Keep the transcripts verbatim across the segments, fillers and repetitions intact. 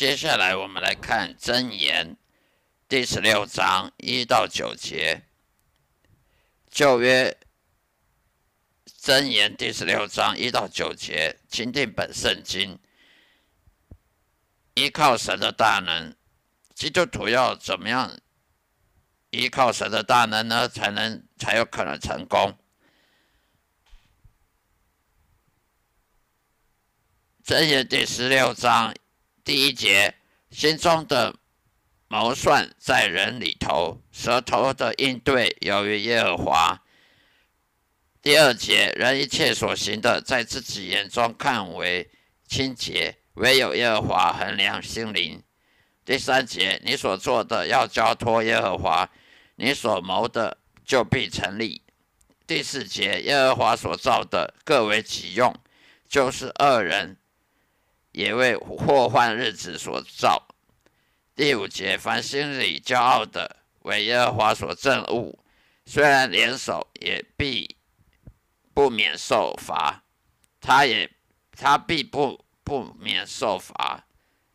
接下来我们来看箴言第十六章一到九节。旧约箴言第十六章一到九节，钦定本圣经。依靠神的大能，基督徒要怎么样依靠神的大能呢？才能才有可能成功。箴言第十六章第一节，心中的谋算在人里头，舌头的应对由于耶和华。第二节，人一切所行的，在自己眼中看为清洁，唯有耶和华衡量心灵。第三节，你所做的要交托耶和华，你所谋的就必成立。第四节，耶和华所造的各为己用，就是恶人也为祸患日子所造。第五节，凡心里骄傲的，为耶和华所憎恶，虽然联手，也必不免受罚。他也他必不不免受罚。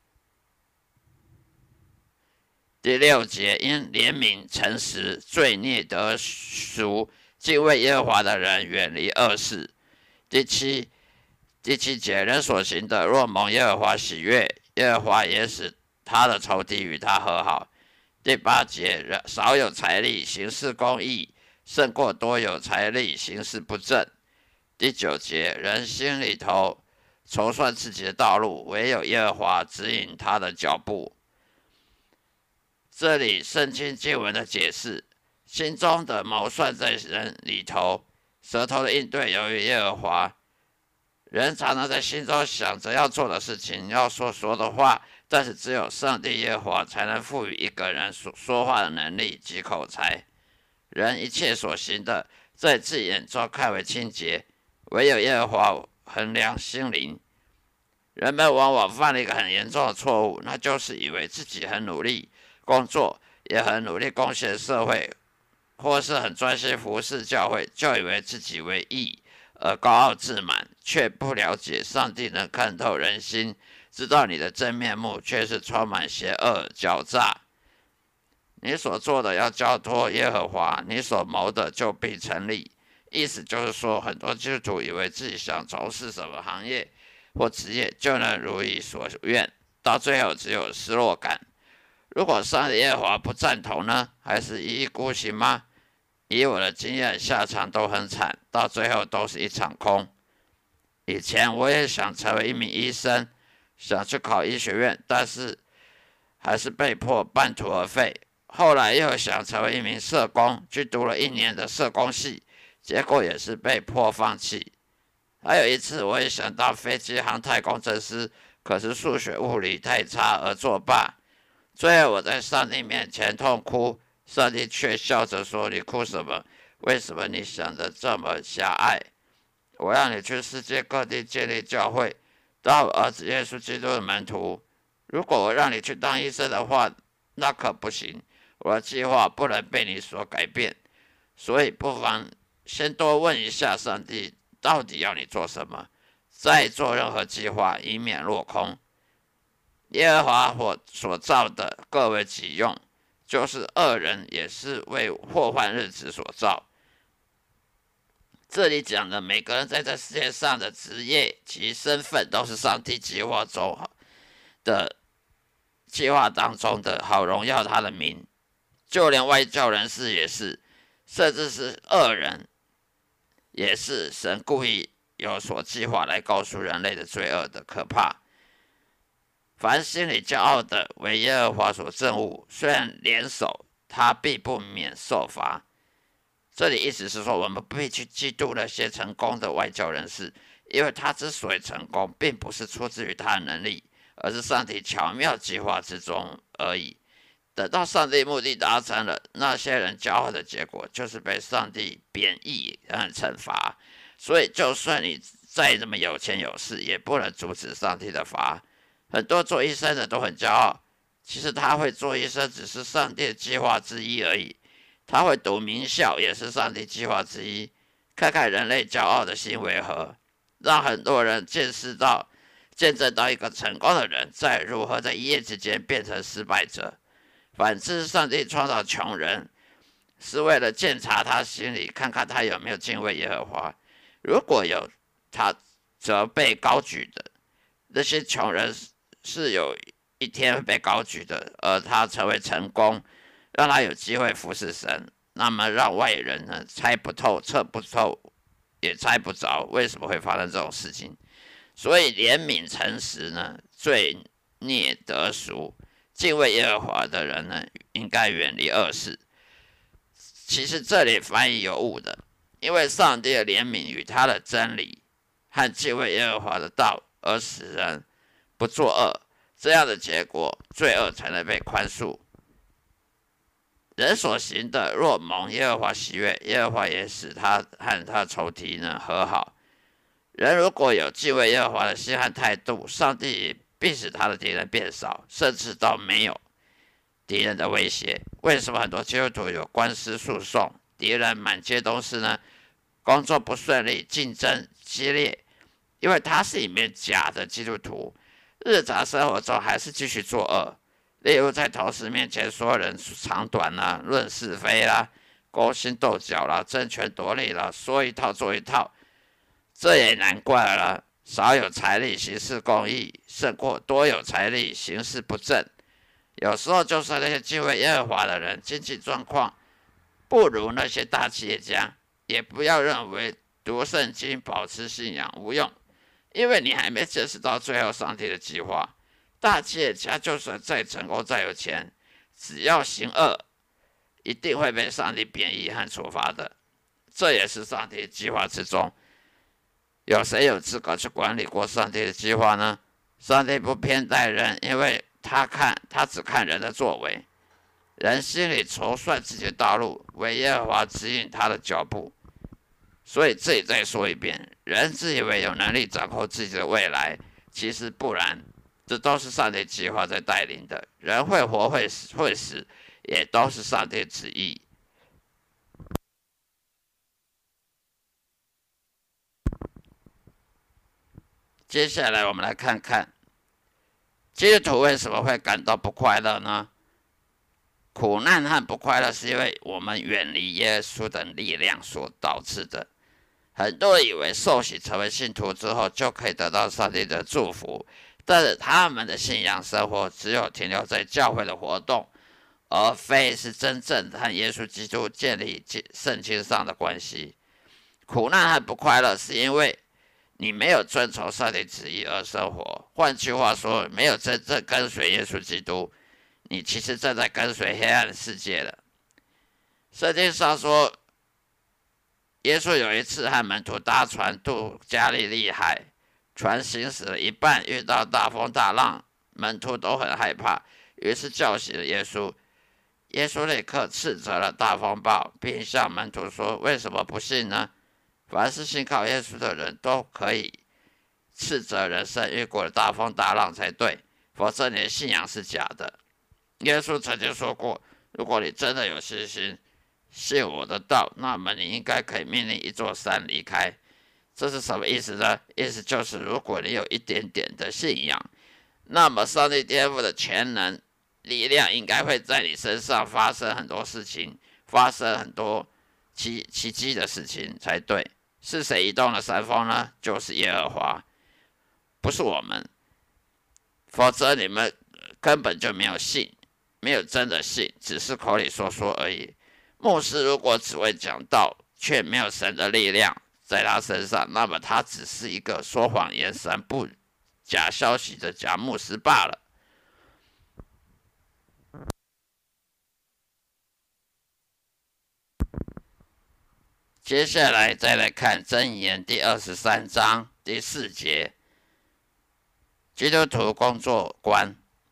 第六节，因怜悯诚实，罪孽得赎，敬畏耶和华的人远离恶事。第七第七节，人所行的，若蒙耶和华喜悦，耶和华也使他的仇敌与他和好。第八节，人少有财力，行事公义，胜过多有财力，行事不正。第九节，人心里头筹算自己的道路，唯有耶和华指引他的脚步。这里圣经经文的解释，心中的谋算在人里头，舌头的应对由于耶和华。人常常在心中想着要做的事情，要说说的话，但是只有上帝耶和华才能赋予一个人说话的能力及口才。人一切所行的，在自己眼中看为清洁，唯有耶和华衡量心灵。人们往往犯了一个很严重的错误，那就是以为自己很努力工作，也很努力贡献社会，或是很专心服侍教会，就以为自己为义而高傲自满，却不了解上帝能看透人心，知道你的真面目却是充满邪恶狡诈。你所做的要交托耶和华，你所谋的就必成立。意思就是说，很多基督徒以为自己想从事什么行业或职业就能如意所愿，到最后只有失落感。如果上帝耶和华不赞同呢？还是一意孤行吗？以我的经验，下场都很惨，到最后都是一场空。以前我也想成为一名医生，想去考医学院，但是还是被迫半途而废。后来又想成为一名社工，去读了一年的社工系，结果也是被迫放弃。还有一次，我也想当飞机航太工程师，可是数学物理太差而作罢。最后我在上帝面前痛哭，上帝却笑着说：“你哭什么？为什么你想得这么狭隘？我让你去世界各地建立教会，当我儿子耶稣基督的门徒。如果我让你去当医生的话，那可不行。我的计划不能被你所改变，所以不妨先多问一下上帝到底要你做什么，再做任何计划，以免落空。耶和华所造的各为己用，就是恶人也是为祸患日子所造。这里讲的每个人在这世界上的职业及身份，都是上帝计划中的计划当中的好荣耀他的名。就连外教人士也是，甚至是恶人，也是神故意有所计划来告诉人类的罪恶的可怕。凡心里骄傲的，为耶和华所憎恶，虽然联手，他必不免受罚。这里意思是说，我们不必去嫉妒那些成功的外教人士，因为他之所以成功，并不是出自于他的能力，而是上帝巧妙计划之中而已。等到上帝目的达成了，那些人骄傲的结果就是被上帝贬义和惩罚。所以，就算你再怎么有钱有势，也不能阻止上帝的罚。很多做医生的都很骄傲，其实他会做医生只是上帝的计划之一而已。他会读名校也是上帝计划之一。看看人类骄傲的心为何，让很多人见识到见证到一个成功的人在如何在一夜之间变成失败者。反之，上帝创造穷人是为了鉴察他心里，看看他有没有敬畏耶和华。如果有，他则被高举的。那些穷人是有一天会被高举的，而他成为成功，让他有机会服侍神。那么让外人呢猜不透、测不透，也猜不着为什么会发生这种事情。所以怜悯诚实呢，罪孽得赎。敬畏耶和华的人呢，应该远离恶事。其实这里翻译有误的，因为上帝的怜悯与他的真理和敬畏耶和华的道，而使人不作恶，这样的结果，罪恶才能被宽恕。人所行的，若蒙耶和华喜悦，耶和华也使他和他仇敌呢和好。人如果有敬畏耶和华的心和态度，上帝必使他的敌人变少，甚至到没有敌人的威胁。为什么很多基督徒有官司诉讼，敌人满街都是呢？工作不顺利，竞争激烈，因为他是里面假的基督徒，日常生活中还是继续作恶。例如在同事面前说人长短啦、啊，论是非啦、啊，勾心斗角啦、啊，争权夺利啦，说一套做一套。这也难怪了，少有财力行事公义，胜过多有财力行事不正。有时候就算那些敬畏耶和华的人，经济状况不如那些大企业家，也不要认为读圣经、保持信仰无用，因为你还没见识到最后上帝的计划。大企业家就算再成功、再有钱，只要行恶，一定会被上帝贬义和处罚的。这也是上帝的计划之中。有谁有资格去管理过上帝的计划呢？上帝不偏待人，因为他看他只看人的作为。人心里筹算自己的道路，唯耶和华指引他的脚步。所以这里再说一遍，人自以为有能力掌控自己的未来，其实不然。这都是上帝计划在带领的，人会活会死会死，也都是上帝旨意。接下来我们来看看，基督徒为什么会感到不快乐呢？苦难和不快乐是因为我们远离耶稣的力量所导致的。很多人以为受洗成为信徒之后就可以得到上帝的祝福，但是他们的信仰生活只有停留在教会的活动，而非是真正和耶稣基督建立圣经上的关系。苦难和不快乐是因为你没有遵从上帝旨意而生活，换句话说，没有真正跟随耶稣基督，你其实正在跟随黑暗的世界了。圣经上说，耶稣有一次和门徒搭船渡加利利海，船行驶了一半，遇到大风大浪，门徒都很害怕，于是叫醒了耶稣。耶稣立刻斥责了大风暴，并向门徒说：“为什么不信呢？凡是信靠耶稣的人都可以斥责人生遇过的大风大浪才对，否则你的信仰是假的。”耶稣曾经说过，如果你真的有信心，信我的道，那么你应该可以命令一座山离开。这是什么意思呢？意思就是，如果你有一点点的信仰，那么上帝天赋的全能力量应该会在你身上发生很多事情，发生很多奇奇迹的事情才对。是谁移动了山峰呢？就是耶和华，不是我们。否则你们根本就没有信，没有真的信，只是口里说说而已。牧师如果只会讲道，却没有神的力量在他身上，那么他只是一个说谎言、散布假消息的假牧师罢了。接下来再来看箴言第二十三章第四节，基督徒工作观，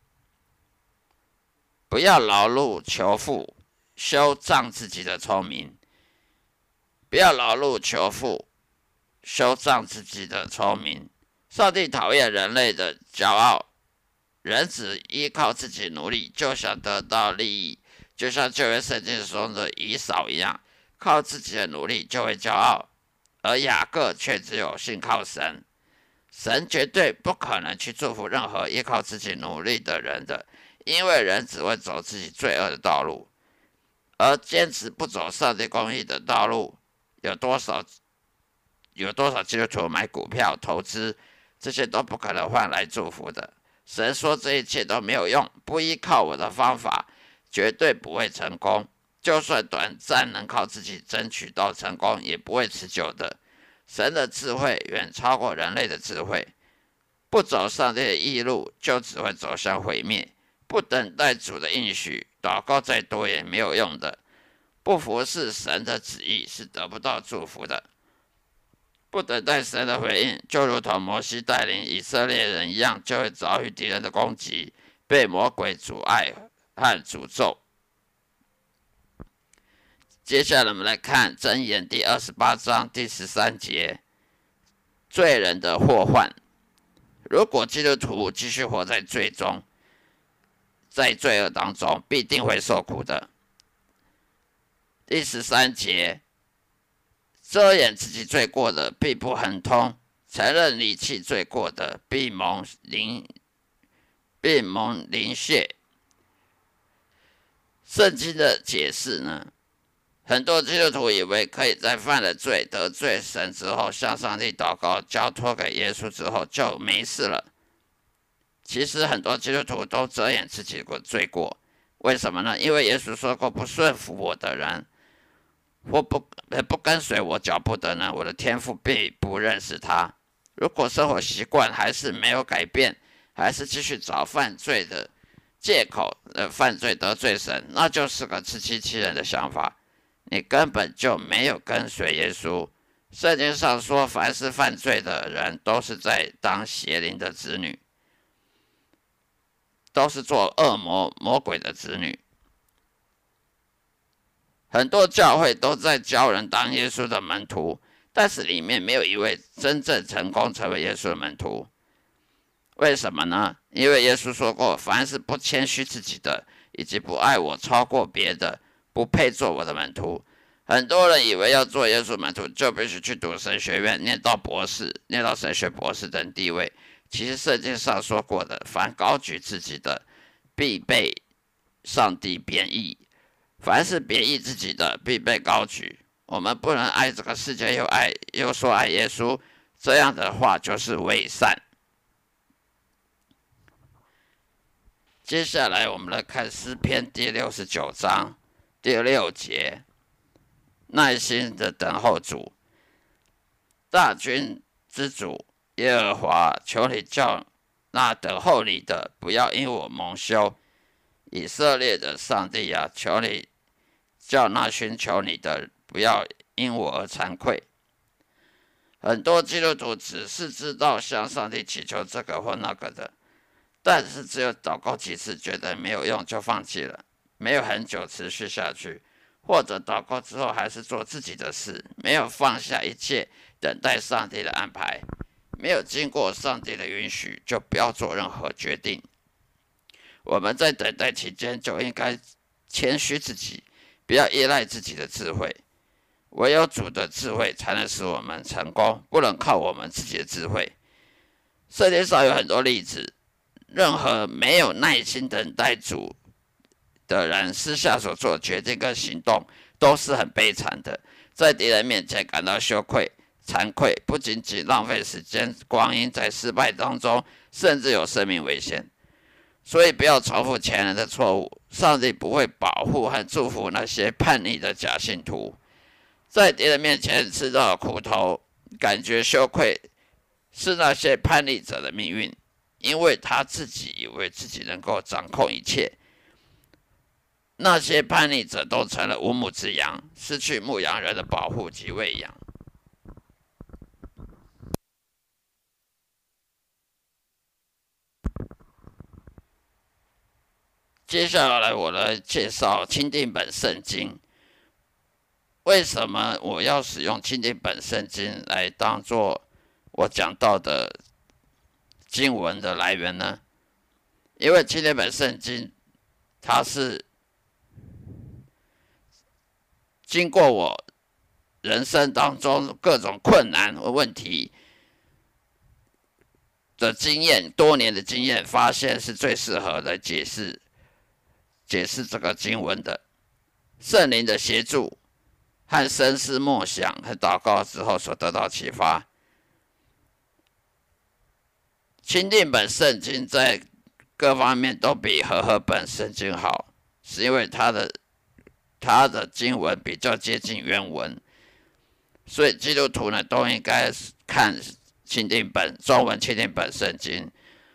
不要劳碌求富，修仗自己的聪明。不要劳碌求富，修仗自己的聪明。上帝讨厌人类的骄傲，人只依靠自己努力就想得到利益，就像旧约圣经中的以扫一样，靠自己的努力就会骄傲，而雅各却只有信靠神。 神绝对不可能去祝福任何依靠自己努力的人的，因为人只会走自己罪恶的道路，而坚持不走上帝公义的道路，有多少有多少基督徒买股票投资，这些都不可能换来祝福的。神说这一切都没有用，不依靠我的方法，绝对不会成功。就算短暂能靠自己争取到成功，也不会持久的。神的智慧远超过人类的智慧，不走上帝的义路，就只会走向毁灭。不等待主的应许，祷告再多也没有用的。不服侍神的旨意是得不到祝福的。不等待神的回应，就如同摩西带领以色列人一样，就会遭遇敌人的攻击，被魔鬼阻碍和诅咒。接下来我们来看箴言第二十八章第十三节，罪人的祸患。如果基督徒继续活在罪中，在罪恶当中，必定会受苦的。第十三节，遮掩自己罪过的必不亨通，承认离弃罪过的必蒙临必蒙临谢。圣经的解释呢？很多基督徒以为可以在犯了罪、得罪神之后，向上帝祷告，交托给耶稣之后就没事了。其实很多基督徒都遮掩自己的罪过，为什么呢？因为耶稣说过，不顺服我的人，或不不跟随我脚步的人，我的天父并不认识他。如果生活习惯还是没有改变，还是继续找犯罪的借口，呃，犯罪得罪神，那就是个自欺欺人的想法。你根本就没有跟随耶稣。圣经上说，凡是犯罪的人，都是在当邪灵的子女，都是做恶魔魔鬼的子女。很多教会都在教人当耶稣的门徒，但是里面没有一位真正成功成为耶稣的门徒。为什么呢？因为耶稣说过，凡是不谦虚自己的，以及不爱我超过别的，不配做我的门徒。很多人以为要做耶稣门徒，就必须去读神学院，念到博士，念到神学博士等地位。其实圣经上说过的，凡高举自己的，必被上帝贬义；凡是贬义自己的，必被高举。我们不能爱这个世界，又爱又说爱耶稣，这样的话就是伪善。接下来我们来看诗篇第六十九章第六节，耐心的等候主，大军之主耶和华，求你叫那等候你的不要因我蒙羞。以色列的上帝啊，求你叫那寻求你的不要因我而惭愧。很多基督徒只是知道向上帝祈求这个或那个的，但是只有祷告几次觉得没有用就放弃了，没有很久持续下去，或者祷告之后还是做自己的事，没有放下一切等待上帝的安排，没有经过上帝的允许就不要做任何决定。我们在等待期间就应该谦虚自己，不要依赖自己的智慧，唯有主的智慧才能使我们成功，不能靠我们自己的智慧。圣经上有很多例子，任何没有耐心等待主的人私下所做的决定跟行动都是很悲惨的，在敌人面前感到羞愧惭愧，不仅仅浪费时间光阴在失败当中，甚至有生命危险。所以不要重复前人的错误，上帝不会保护和祝福那些叛逆的假信徒。在敌人面前吃到苦头，感觉羞愧，是那些叛逆者的命运，因为他自己以为自己能够掌控一切。那些叛逆者都成了无母之羊，失去牧羊人的保护及喂养。接下来我来介绍钦定本圣经。为什么我要使用钦定本圣经来当作我讲到的经文的来源呢？因为钦定本圣经它是经过我人生当中各种困难和问题的经验，多年的经验，发现是最适合来解释解释这个经文的。圣灵的协助和深思默想和祷告之后所得到启发。钦定本圣经在各方面都比和合本圣经好，是因为它的它的经文比较接近原文，所以基督徒呢都应该看钦定本中文钦定本圣经。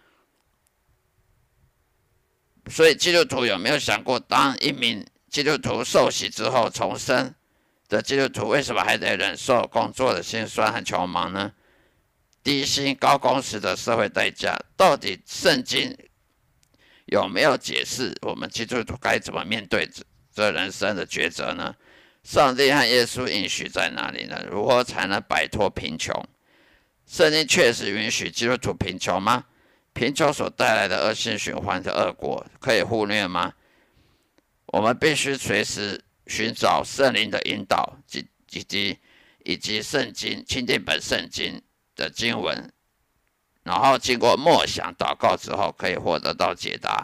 所以基督徒有没有想过，当一名基督徒受洗之后重生的基督徒，为什么还得忍受工作的辛酸和穷忙呢？低薪高工时的社会代价，到底圣经有没有解释我们基督徒该怎么面对这人生的抉择呢？上帝和耶稣应许在哪里呢？如何才能摆脱贫穷？圣经确实允许基督徒贫穷吗？贫穷所带来的恶性循环的恶果可以忽略吗？我们必须随时寻找圣灵的引导及以及以及圣经钦定本圣经的经文，然后经过默想祷告之后，可以获得到解答。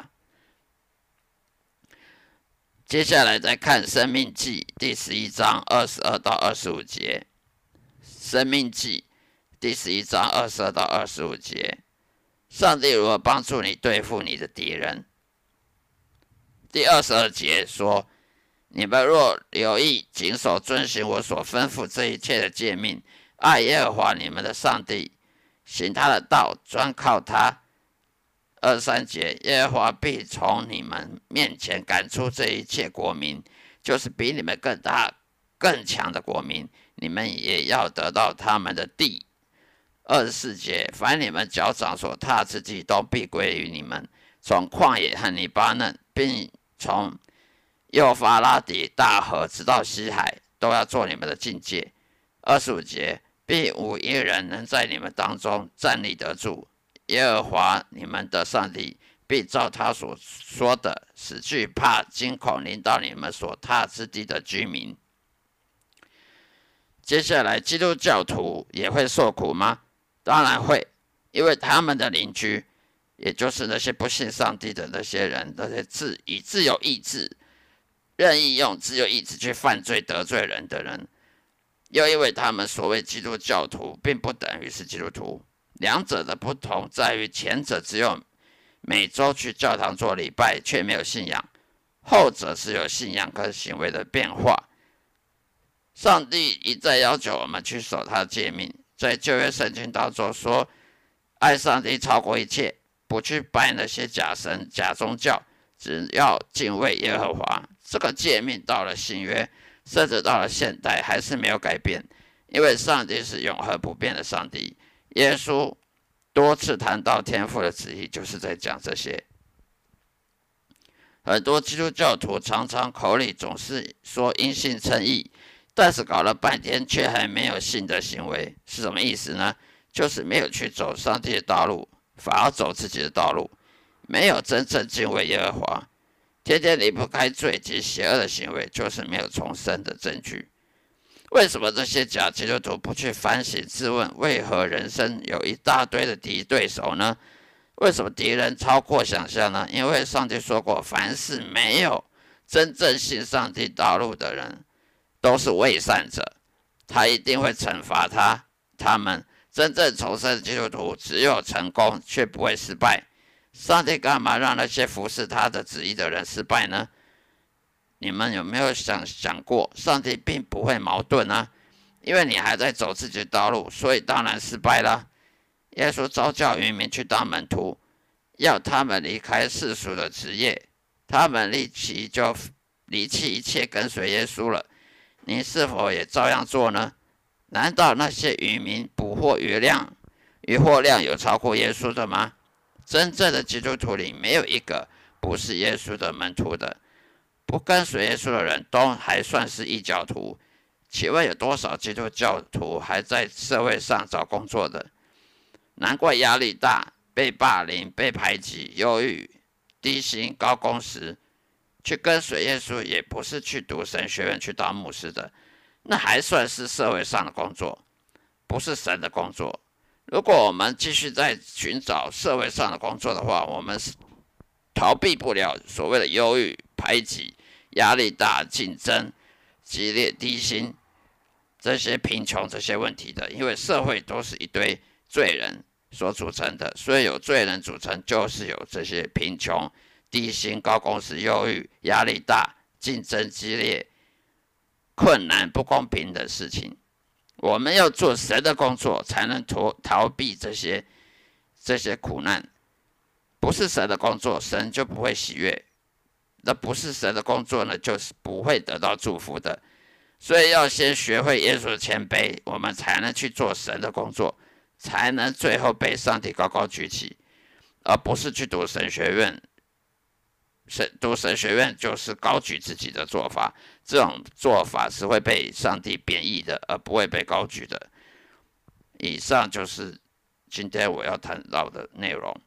接下来再看申命记第十一章二十二到二十五节。申命记第十一章二十二到二十五节，上帝如何帮助你对付你的敌人？第二十二节说：你们若留意谨守遵行我所吩咐这一切的诫命，爱耶和华你们的上帝，行他的道，专靠他。二十三节，耶和华必从你们面前赶出这一切国民，就是比你们更大更强的国民，你们也要得到他们的地。二十四节，凡你们脚掌所踏之地，都必归于你们，从旷野和黎巴嫩，并从幼发拉底大河直到西海，都要做你们的境界。二十五节，必无一人能在你们当中站立得住，耶和华你们的上帝必照他所说的，使惧怕惊恐临到你们所踏之地的居民。接下来，基督教徒也会受苦吗？当然会，因为他们的邻居，也就是那些不信上帝的那些人，那些自以自由意志任意用自由意志去犯罪得罪人的人，又因为他们所谓基督教徒并不等于是基督徒。两者的不同在于，前者只有每周去教堂做礼拜，却没有信仰；后者是有信仰和行为的变化。上帝一再要求我们去守他的诫命，在旧约圣经当中说，爱上帝超过一切，不去拜那些假神假宗教，只要敬畏耶和华。这个诫命到了新约，甚至到了现代还是没有改变，因为上帝是永恒不变的上帝。耶稣多次谈到天父的旨意，就是在讲这些。很多基督教徒常常口里总是说因信称义，但是搞了半天却还没有信的行为，是什么意思呢？就是没有去走上帝的道路，反而走自己的道路，没有真正敬畏耶和华，天天离不开罪及邪恶的行为，就是没有重生的证据。为什么这些假基督徒不去反省自问，为何人生有一大堆的敌对手呢？为什么敌人超过想象呢？因为上帝说过，凡是没有真正信上帝道路的人，都是伪善者，他一定会惩罚他。他们真正重生的基督徒只有成功，却不会失败。上帝干嘛让那些服侍他的旨意的人失败呢？你们有没有想想过，上帝并不会矛盾啊？因为你还在走自己的道路，所以当然失败了。耶稣召叫渔民去当门徒，要他们离开世俗的职业，他们立即就离弃一切跟随耶稣了。你是否也照样做呢？难道那些渔民捕获鱼量、渔获量有超过耶稣的吗？真正的基督徒里没有一个不是耶稣的门徒的。不跟随耶稣的人都还算是异教徒，请问有多少基督教徒还在社会上找工作的？难怪压力大，被霸凌、被排挤、忧郁、低薪、高工时，去跟随耶稣也不是去读神学院去当牧师的，那还算是社会上的工作，不是神的工作。 如果我们继续在寻找社会上的工作的话，我们是逃避不了所谓的忧郁、排挤、压力大、竞争激烈、低薪这些贫穷这些问题的，因为社会都是一堆罪人所组成的，所以有罪人组成，就是有这些贫穷、低薪、高工时、忧郁、压力大、竞争激烈、困难、不公平的事情。我们要做神的工作，才能逃逃避这些这些苦难。不是神的工作，神就不会喜悦。那不是神的工作呢，就是不会得到祝福的。所以要先学会耶稣的谦卑，我们才能去做神的工作，才能最后被上帝高高举起，而不是去读神学院。神读神学院就是高举自己的做法，这种做法是会被上帝贬义的，而不会被高举的。以上就是今天我要谈到的内容。